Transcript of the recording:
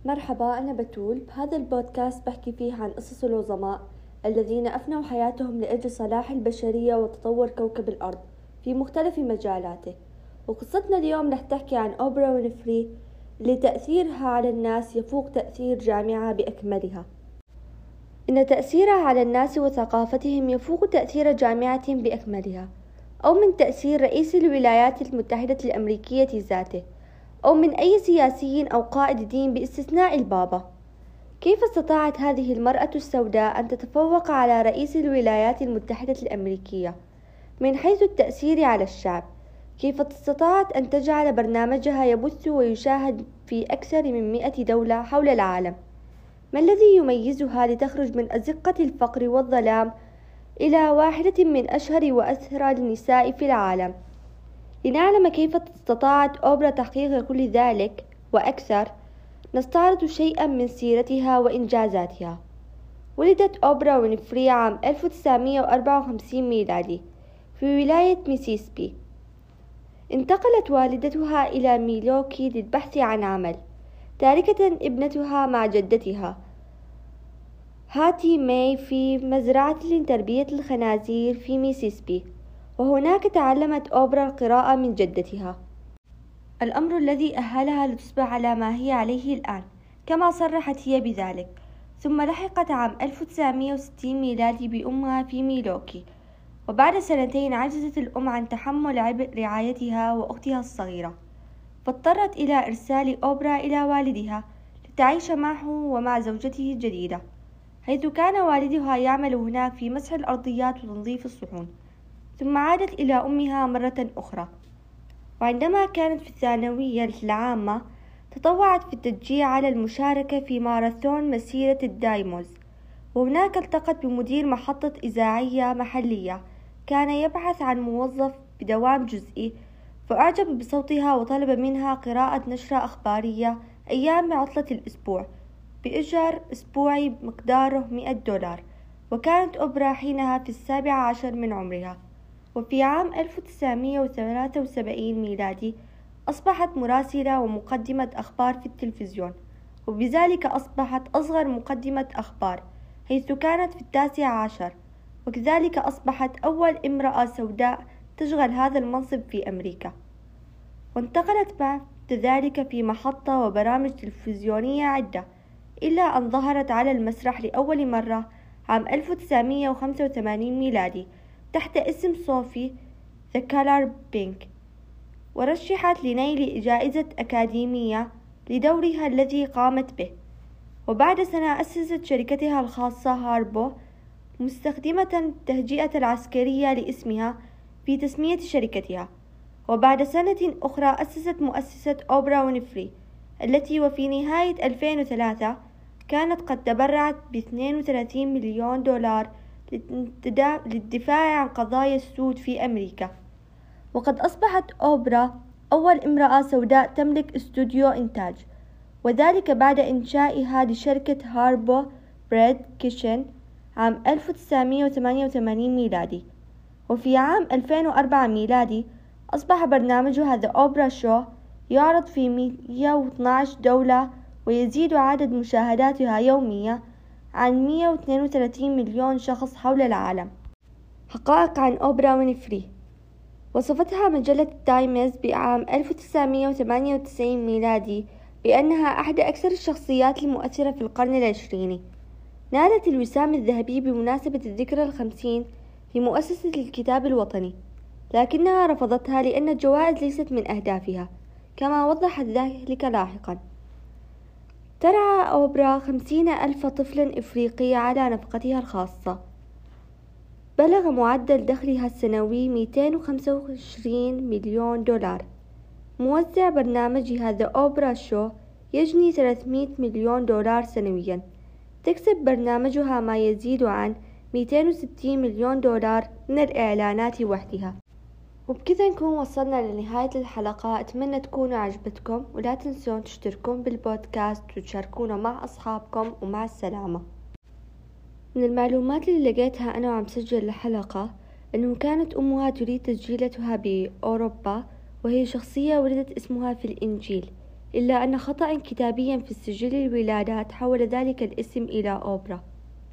مرحبا، أنا بتول. بهذا البودكاست بحكي فيه عن قصص العظماء الذين أفنوا حياتهم لأجل صلاح البشرية وتطور كوكب الأرض في مختلف مجالاته. وقصتنا اليوم رح تحكي عن أوبرا وينفري اللي تأثيرها على الناس يفوق تأثير جامعة بأكملها. إن تأثيرها على الناس وثقافتهم يفوق تأثير جامعة بأكملها، أو من تأثير رئيس الولايات المتحدة الأمريكية ذاته، أو من أي سياسي أو قائد دين باستثناء البابا. كيف استطاعت هذه المرأة السوداء أن تتفوق على رئيس الولايات المتحدة الأمريكية من حيث التأثير على الشعب؟ كيف استطاعت أن تجعل برنامجها يبث ويشاهد في أكثر من 100 دولة حول العالم؟ ما الذي يميزها لتخرج من أزقة الفقر والظلام إلى واحدة من أشهر وأسرى النساء في العالم؟ لنعلم كيف استطاعت أوبرا تحقيق كل ذلك وأكثر، نستعرض شيئا من سيرتها وإنجازاتها. ولدت أوبرا وينفري عام 1954 ميلادي في ولاية ميسيسيبي. انتقلت والدتها إلى ميلوكي للبحث عن عمل، تاركة ابنتها مع جدتها هاتي ماي في مزرعة لتربية الخنازير في ميسيسيبي، وهناك تعلمت أوبرا القراءة من جدتها، الأمر الذي أهلها لتصبح على ما هي عليه الآن، كما صرحت هي بذلك. ثم لحقت عام 1960 ميلادي بأمها في ميلوكي، وبعد سنتين عجزت الأم عن تحمل عبء رعايتها وأختها الصغيرة، فاضطرت إلى إرسال أوبرا إلى والدها لتعيش معه ومع زوجته الجديدة، حيث كان والدها يعمل هناك في مسح الأرضيات وتنظيف الصحون. ثم عادت إلى أمها مرة أخرى، وعندما كانت في الثانوية العامة تطوعت في التشجيع على المشاركة في ماراثون مسيرة الدايموز، وهناك التقت بمدير محطة إذاعية محلية كان يبحث عن موظف بدوام جزئي، فأعجب بصوتها وطلب منها قراءة نشرة أخبارية أيام عطلة الأسبوع بإجر أسبوعي مقداره $100. وكانت أوبرا حينها في 17 من عمرها. وفي عام 1973 ميلادي أصبحت مراسلة ومقدمة أخبار في التلفزيون، وبذلك أصبحت أصغر مقدمة أخبار، حيث كانت في 19، وكذلك أصبحت أول امرأة سوداء تشغل هذا المنصب في أمريكا. وانتقلت بعد ذلك في محطة وبرامج تلفزيونية عدة، إلا أن ظهرت على المسرح لأول مرة عام 1985 ميلادي تحت اسم صوفي The Color Pink، ورشحت لنيل جائزة أكاديمية لدورها الذي قامت به. وبعد سنة أسست شركتها الخاصة هاربو، مستخدمة التهجئة العسكرية لاسمها في تسمية شركتها. وبعد سنة أخرى أسست مؤسسة أوبرا وينفري، التي وفي نهاية 2003 كانت قد تبرعت ب$32 مليون للدفاع عن قضايا السود في أمريكا. وقد أصبحت أوبرا أول امرأة سوداء تملك استوديو إنتاج، وذلك بعد إنشائها لشركة هاربو بريد كيتشن عام 1988 ميلادي. وفي عام 2004 ميلادي أصبح برنامجها The Oprah Show يعرض في 112 دولة، ويزيد عدد مشاهداتها يوميا عن 132 مليون شخص حول العالم. حقائق عن أوبرا وينفري. وصفتها مجلة تايمز بعام 1998 ميلادي بأنها أحد أكثر الشخصيات المؤثرة في القرن العشريني. نالت الوسام الذهبي بمناسبة الذكرى 50 لمؤسسة الكتاب الوطني، لكنها رفضتها لأن الجوائز ليست من أهدافها، كما وضحت ذلك لاحقا. ترعى أوبرا 50,000 طفل إفريقي على نفقتها الخاصة. بلغ معدل دخلها السنوي $225 مليون. موزع برنامجها The Oprah Show يجني $300 مليون سنويا. تكسب برنامجها ما يزيد عن $260 مليون من الإعلانات وحدها. وبكذا نكون وصلنا لنهاية الحلقة. أتمنى تكونوا عجبتكم، ولا تنسون تشتركون بالبودكاست وتشاركونا مع أصحابكم. ومع السلامة. من المعلومات اللي لقيتها أنا وعم سجل الحلقة أنه كانت أمها تريد تسجيلتها بأوروبا، وهي شخصية ولدت اسمها في الإنجيل، إلا أن خطأ كتابيا في سجل الولادات حول ذلك الاسم إلى أوبرا.